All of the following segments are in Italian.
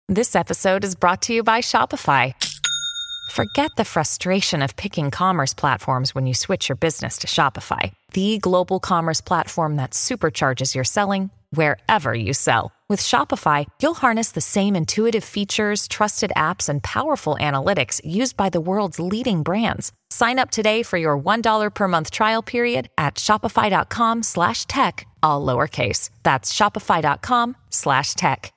This episode is brought to you by Shopify. Forget the frustration of picking commerce platforms when you switch your business to Shopify, the global commerce platform that supercharges your selling wherever you sell. With Shopify, you'll harness the same intuitive features, trusted apps, and powerful analytics used by the world's leading brands. Sign up today for your $1 per month trial period at shopify.com/tech, all lowercase. That's shopify.com/tech.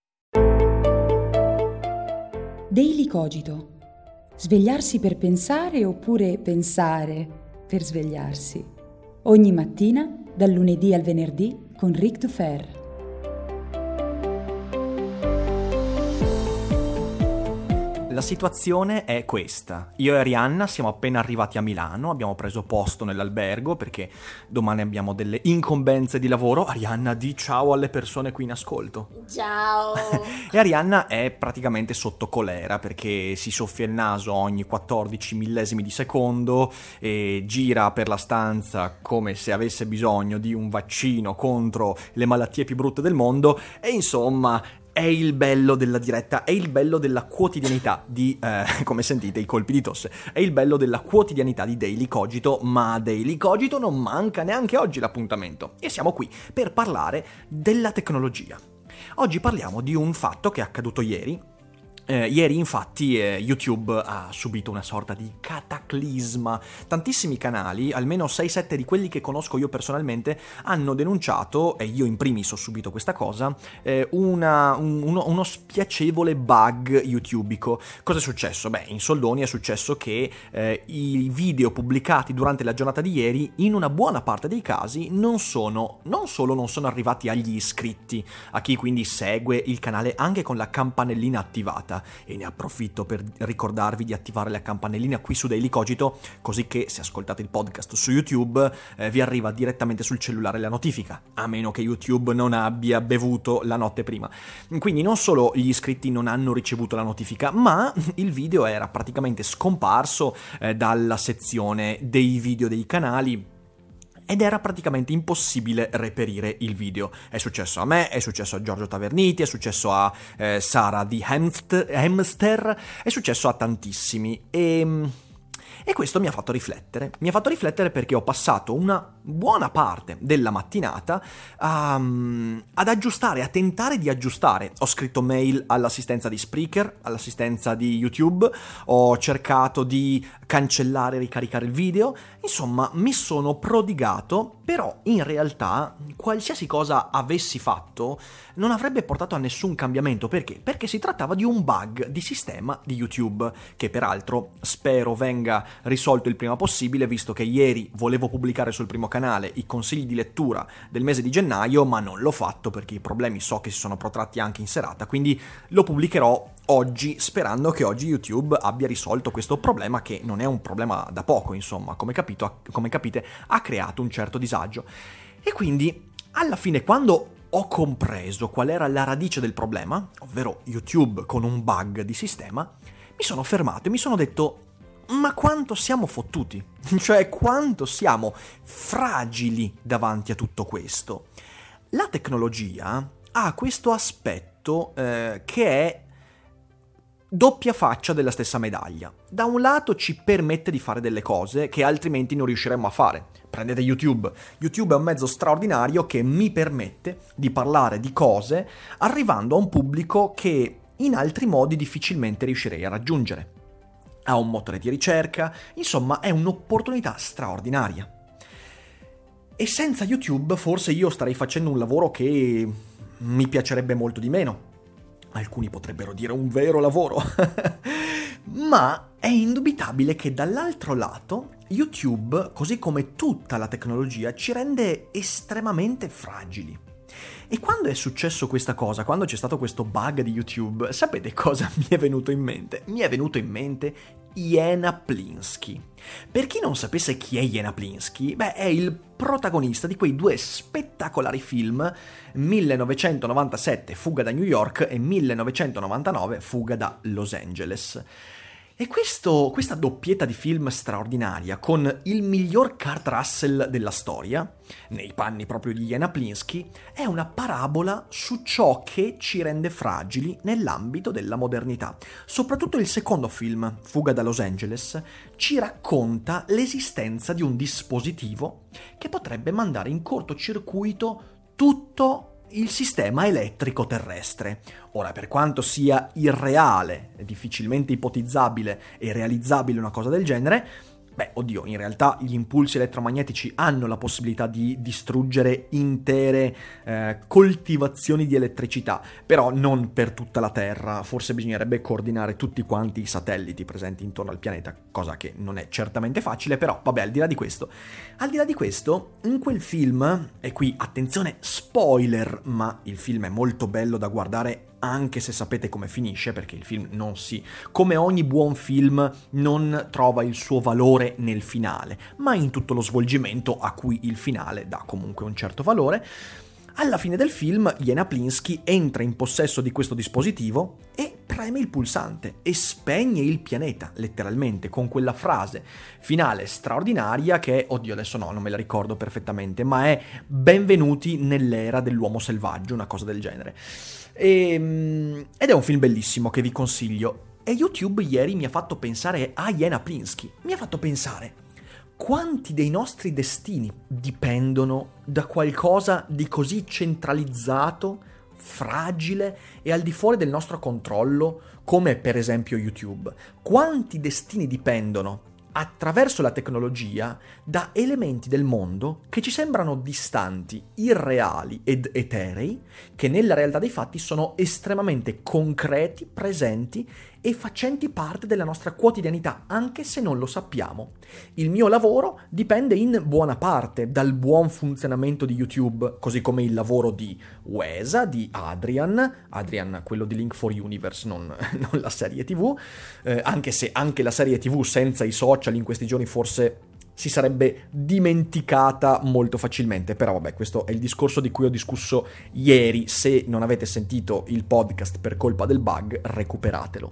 Daily Cogito. Svegliarsi per pensare oppure pensare per svegliarsi. Ogni mattina, dal lunedì al venerdì, con Ric Dufer. La situazione è questa. Io e Arianna siamo appena arrivati a Milano, abbiamo preso posto nell'albergo perché domani abbiamo delle incombenze di lavoro. Arianna, di ciao alle persone qui in ascolto. Ciao! E Arianna è praticamente sotto colera perché si soffia il naso ogni 14 millesimi di secondo e gira per la stanza come se avesse bisogno di un vaccino contro le malattie più brutte del mondo e insomma... È il bello della diretta, è il bello della quotidianità di, come sentite, i colpi di tosse, è il bello della quotidianità di Daily Cogito, ma Daily Cogito non manca neanche oggi l'appuntamento. E siamo qui per parlare della tecnologia. Oggi parliamo di un fatto che è accaduto ieri. Ieri infatti YouTube ha subito una sorta di cataclisma. Tantissimi canali, almeno 6-7 di quelli che conosco io personalmente, hanno denunciato, e io in primis ho subito questa cosa, uno spiacevole bug YouTubico. Cosa è successo? Beh, in soldoni è successo che i video pubblicati durante la giornata di ieri, in una buona parte dei casi, non solo non sono arrivati agli iscritti, a chi quindi segue il canale anche con la campanellina attivata. E ne approfitto per ricordarvi di attivare la campanellina qui su Daily Cogito, così che se ascoltate il podcast su YouTube vi arriva direttamente sul cellulare la notifica, a meno che YouTube non abbia bevuto la notte prima. Quindi non solo gli iscritti non hanno ricevuto la notifica, ma il video era praticamente scomparso dalla sezione dei video dei canali, ed era praticamente impossibile reperire il video. È successo a me, è successo a Giorgio Taverniti, è successo a Sara di Hamster, è successo a tantissimi e questo mi ha fatto riflettere. Mi ha fatto riflettere perché ho passato una buona parte della mattinata ad aggiustare, a tentare di aggiustare. Ho scritto mail all'assistenza di Spreaker, all'assistenza di YouTube, ho cercato di cancellare e ricaricare il video. Insomma, mi sono prodigato, però in realtà qualsiasi cosa avessi fatto non avrebbe portato a nessun cambiamento. Perché? Perché si trattava di un bug di sistema di YouTube, che peraltro spero venga risolto il prima possibile, visto che ieri volevo pubblicare sul primo canale i consigli di lettura del mese di gennaio, ma non l'ho fatto perché i problemi so che si sono protratti anche in serata, quindi lo pubblicherò oggi, sperando che oggi YouTube abbia risolto questo problema, che non è un problema da poco, insomma, come capite ha creato un certo disagio. E quindi alla fine, quando ho compreso qual era la radice del problema, ovvero YouTube con un bug di sistema, mi sono fermato e mi sono detto: ma quanto siamo fottuti? Cioè, quanto siamo fragili davanti a tutto questo? La tecnologia ha questo aspetto che è doppia faccia della stessa medaglia. Da un lato ci permette di fare delle cose che altrimenti non riusciremmo a fare. Prendete YouTube. YouTube è un mezzo straordinario che mi permette di parlare di cose arrivando a un pubblico che in altri modi difficilmente riuscirei a raggiungere. Ha un motore di ricerca, insomma è un'opportunità straordinaria. E senza YouTube forse io starei facendo un lavoro che mi piacerebbe molto di meno. Alcuni potrebbero dire un vero lavoro. Ma è indubitabile che dall'altro lato YouTube, così come tutta la tecnologia, ci rende estremamente fragili. E quando è successo questa cosa, quando c'è stato questo bug di YouTube, sapete cosa mi è venuto in mente? Mi è venuto in mente Jena Plinsky. Per chi non sapesse chi è Jena Plinsky, è il protagonista di quei due spettacolari film 1997 Fuga da New York e 1999 Fuga da Los Angeles. E questa doppietta di film straordinaria, con il miglior Kurt Russell della storia, nei panni proprio di Jana Plinsky, è una parabola su ciò che ci rende fragili nell'ambito della modernità. Soprattutto il secondo film, Fuga da Los Angeles, ci racconta l'esistenza di un dispositivo che potrebbe mandare in cortocircuito tutto il sistema elettrico terrestre. Ora, per quanto sia irreale, difficilmente ipotizzabile e realizzabile una cosa del genere, in realtà gli impulsi elettromagnetici hanno la possibilità di distruggere intere coltivazioni di elettricità, però non per tutta la Terra. Forse bisognerebbe coordinare tutti quanti i satelliti presenti intorno al pianeta, cosa che non è certamente facile, però al di là di questo, in quel film, e qui attenzione spoiler, ma il film è molto bello da guardare anche se sapete come finisce, perché il film come ogni buon film, non trova il suo valore nel finale, ma in tutto lo svolgimento a cui il finale dà comunque un certo valore. Alla fine del film, Jana Plinsky entra in possesso di questo dispositivo e preme il pulsante e spegne il pianeta, letteralmente, con quella frase finale straordinaria che, adesso non me la ricordo perfettamente, ma è benvenuti nell'era dell'uomo selvaggio, una cosa del genere. Ed è un film bellissimo che vi consiglio. E YouTube ieri mi ha fatto pensare a Jana Plinsky, mi ha fatto pensare: quanti dei nostri destini dipendono da qualcosa di così centralizzato, fragile e al di fuori del nostro controllo, come per esempio YouTube? Quanti destini dipendono, attraverso la tecnologia, da elementi del mondo che ci sembrano distanti, irreali ed eterei, che nella realtà dei fatti sono estremamente concreti, presenti e facenti parte della nostra quotidianità, anche se non lo sappiamo. Il mio lavoro dipende in buona parte dal buon funzionamento di YouTube, così come il lavoro di Wesa, di Adrian, quello di Link for Universe, non la serie TV, anche se anche la serie TV senza i social in questi giorni forse si sarebbe dimenticata molto facilmente, però questo è il discorso di cui ho discusso ieri. Se non avete sentito il podcast per colpa del bug, recuperatelo.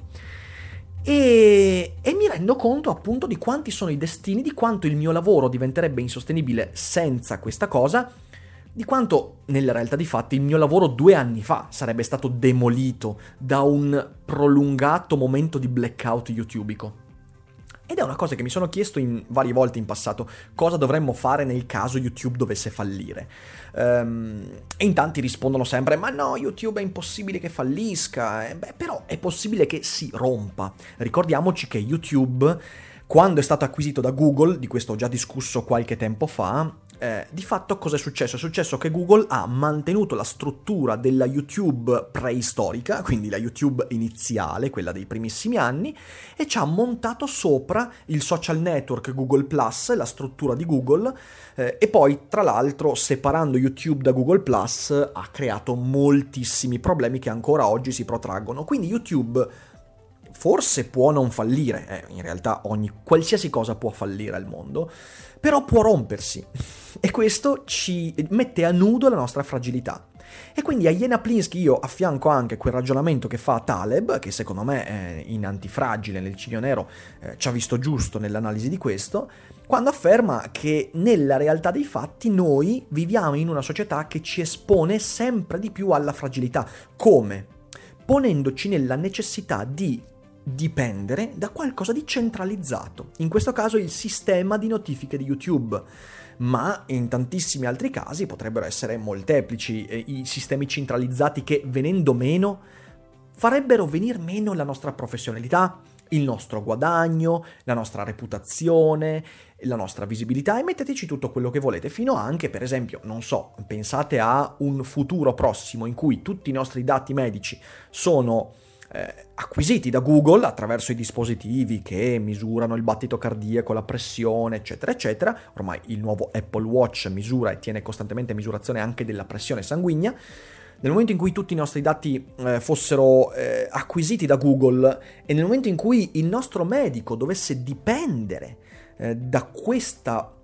E mi rendo conto appunto di quanti sono i destini, di quanto il mio lavoro diventerebbe insostenibile senza questa cosa, di quanto nella realtà di fatti il mio lavoro 2 anni fa sarebbe stato demolito da un prolungato momento di blackout youtubico. Ed è una cosa che mi sono chiesto varie volte in passato: cosa dovremmo fare nel caso YouTube dovesse fallire? E in tanti rispondono sempre: ma no, YouTube è impossibile che fallisca. Però è possibile che si rompa. Ricordiamoci che YouTube, quando è stato acquisito da Google, di questo ho già discusso qualche tempo fa, di fatto cosa è successo? È successo che Google ha mantenuto la struttura della YouTube preistorica, quindi la YouTube iniziale, quella dei primissimi anni, e ci ha montato sopra il social network Google+, la struttura di Google, e poi tra l'altro, separando YouTube da Google+, ha creato moltissimi problemi che ancora oggi si protraggono. Quindi YouTube forse può non fallire, in realtà qualsiasi cosa può fallire al mondo, però può rompersi, e questo ci mette a nudo la nostra fragilità. E quindi a Jana Plinsky io affianco anche quel ragionamento che fa Taleb, che secondo me in Antifragile, nel Cigno Nero, ci ha visto giusto nell'analisi di questo, quando afferma che nella realtà dei fatti noi viviamo in una società che ci espone sempre di più alla fragilità. Come? Ponendoci nella necessità di dipendere da qualcosa di centralizzato, in questo caso il sistema di notifiche di YouTube, ma in tantissimi altri casi potrebbero essere molteplici i sistemi centralizzati che, venendo meno, farebbero venir meno la nostra professionalità, il nostro guadagno, la nostra reputazione, la nostra visibilità, e metteteci tutto quello che volete, fino a anche, per esempio, pensate a un futuro prossimo in cui tutti i nostri dati medici sono acquisiti da Google attraverso i dispositivi che misurano il battito cardiaco, la pressione, eccetera, eccetera. Ormai il nuovo Apple Watch misura e tiene costantemente misurazione anche della pressione sanguigna. Nel momento in cui tutti i nostri dati fossero acquisiti da Google, e nel momento in cui il nostro medico dovesse dipendere da questa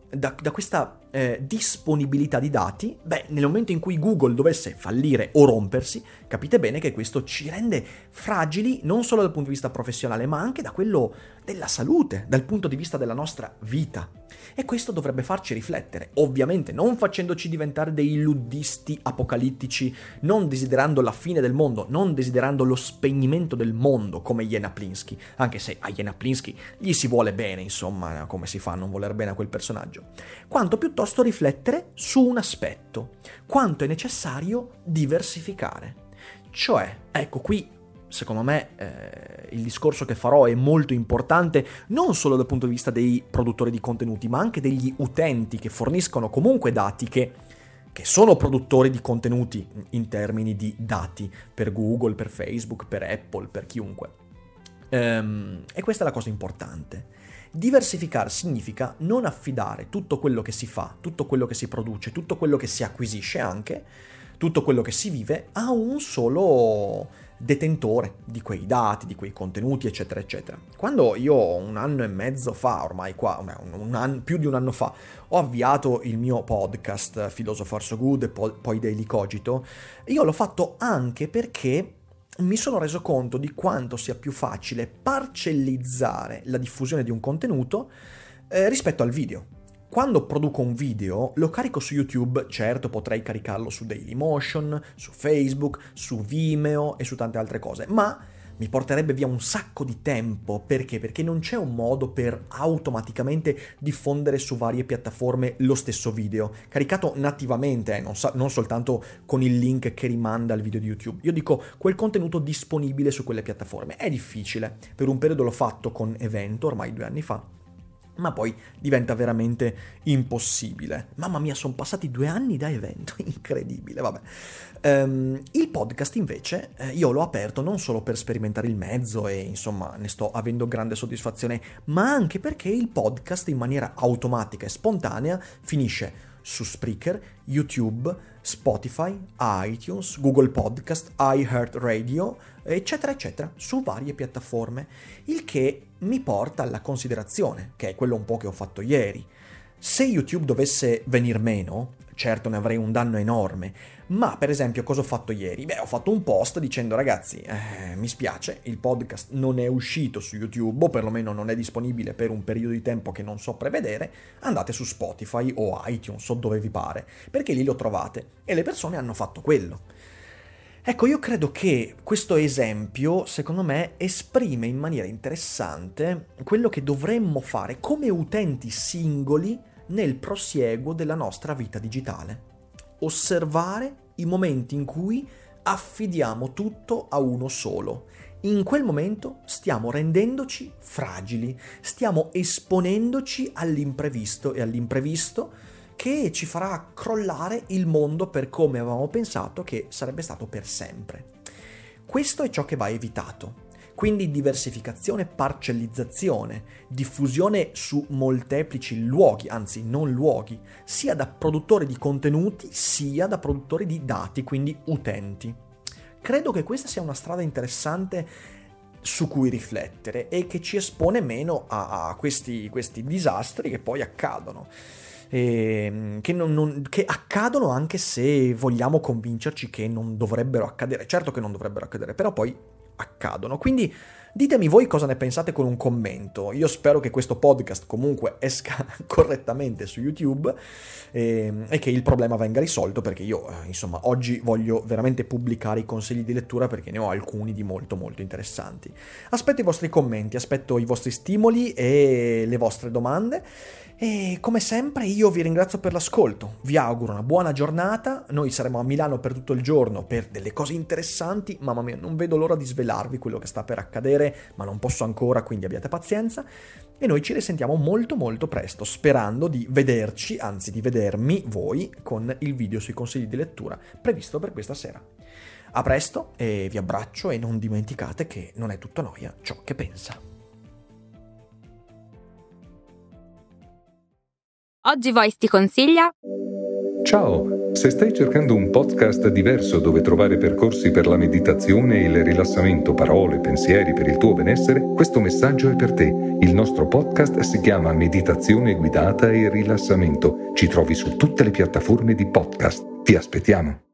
da questa disponibilità di dati, nel momento in cui Google dovesse fallire o rompersi, capite bene che questo ci rende fragili non solo dal punto di vista professionale, ma anche da quello della salute, dal punto di vista della nostra vita. E questo dovrebbe farci riflettere, ovviamente non facendoci diventare dei luddisti apocalittici, non desiderando la fine del mondo, non desiderando lo spegnimento del mondo come Jena Plinsky, anche se a Jena Plinsky gli si vuole bene, insomma, come si fa a non voler bene a quel personaggio, quanto piuttosto riflettere su un aspetto, quanto è necessario diversificare. Cioè, ecco qui, secondo me, il discorso che farò è molto importante non solo dal punto di vista dei produttori di contenuti, ma anche degli utenti che forniscono comunque dati, che sono produttori di contenuti in termini di dati per Google, per Facebook, per Apple, per chiunque. E questa è la cosa importante. Diversificare significa non affidare tutto quello che si fa, tutto quello che si produce, tutto quello che si acquisisce anche, tutto quello che si vive a un solo detentore di quei dati, di quei contenuti, eccetera, eccetera. Quando io 1 anno e mezzo fa, ormai più di un anno fa, ho avviato il mio podcast Philosopher So Good e poi Daily Cogito, io l'ho fatto anche perché mi sono reso conto di quanto sia più facile parcellizzare la diffusione di un contenuto rispetto al video. Quando produco un video lo carico su YouTube, certo potrei caricarlo su Dailymotion, su Facebook, su Vimeo e su tante altre cose, ma mi porterebbe via un sacco di tempo. Perché? Perché non c'è un modo per automaticamente diffondere su varie piattaforme lo stesso video, caricato nativamente, non soltanto con il link che rimanda al video di YouTube. Io dico quel contenuto disponibile su quelle piattaforme. È difficile. Per un periodo l'ho fatto con Evento, ormai 2 anni fa, ma poi diventa veramente impossibile. Mamma mia, sono passati 2 anni da Evento, incredibile, vabbè. Il podcast invece io l'ho aperto non solo per sperimentare il mezzo e insomma ne sto avendo grande soddisfazione, ma anche perché il podcast in maniera automatica e spontanea finisce su Spreaker, YouTube, Spotify, iTunes, Google Podcast, iHeartRadio, eccetera, eccetera, su varie piattaforme, il che mi porta alla considerazione, che è quello un po' che ho fatto ieri. Se YouTube dovesse venir meno, certo ne avrei un danno enorme, ma per esempio cosa ho fatto ieri? Ho fatto un post dicendo ragazzi, mi spiace, il podcast non è uscito su YouTube, o perlomeno non è disponibile per un periodo di tempo che non so prevedere, andate su Spotify o iTunes o dove vi pare, perché lì lo trovate, e le persone hanno fatto quello. Ecco, io credo che questo esempio, secondo me, esprime in maniera interessante quello che dovremmo fare come utenti singoli nel prosieguo della nostra vita digitale. Osservare i momenti in cui affidiamo tutto a uno solo. In quel momento stiamo rendendoci fragili, stiamo esponendoci all'imprevisto e all'imprevisto che ci farà crollare il mondo per come avevamo pensato che sarebbe stato per sempre. Questo è ciò che va evitato. Quindi diversificazione, parcellizzazione, diffusione su molteplici luoghi, anzi non luoghi, sia da produttori di contenuti sia da produttori di dati, quindi utenti. Credo che questa sia una strada interessante su cui riflettere e che ci espone meno a questi disastri che poi accadono. Che accadono anche se vogliamo convincerci che non dovrebbero accadere. Certo che non dovrebbero accadere, però poi accadono. Quindi ditemi voi cosa ne pensate con un commento. Io spero che questo podcast comunque esca correttamente su YouTube e che il problema venga risolto, perché io insomma oggi voglio veramente pubblicare i consigli di lettura perché ne ho alcuni di molto molto interessanti. Aspetto i vostri commenti, aspetto i vostri stimoli e le vostre domande. E come sempre io vi ringrazio per l'ascolto, vi auguro una buona giornata, noi saremo a Milano per tutto il giorno per delle cose interessanti, mamma mia non vedo l'ora di svelarvi quello che sta per accadere, ma non posso ancora, quindi abbiate pazienza, e noi ci risentiamo molto molto presto, sperando di vederci, anzi di vedermi voi, con il video sui consigli di lettura previsto per questa sera. A presto e vi abbraccio e non dimenticate che non è tutto noia ciò che pensa. Oggi Voice ti consiglia Ciao, se stai cercando un podcast diverso dove trovare percorsi per la meditazione e il rilassamento, parole, pensieri per il tuo benessere, questo messaggio è per te. Il nostro podcast si chiama Meditazione guidata e rilassamento. Ci trovi su tutte le piattaforme di podcast. Ti aspettiamo.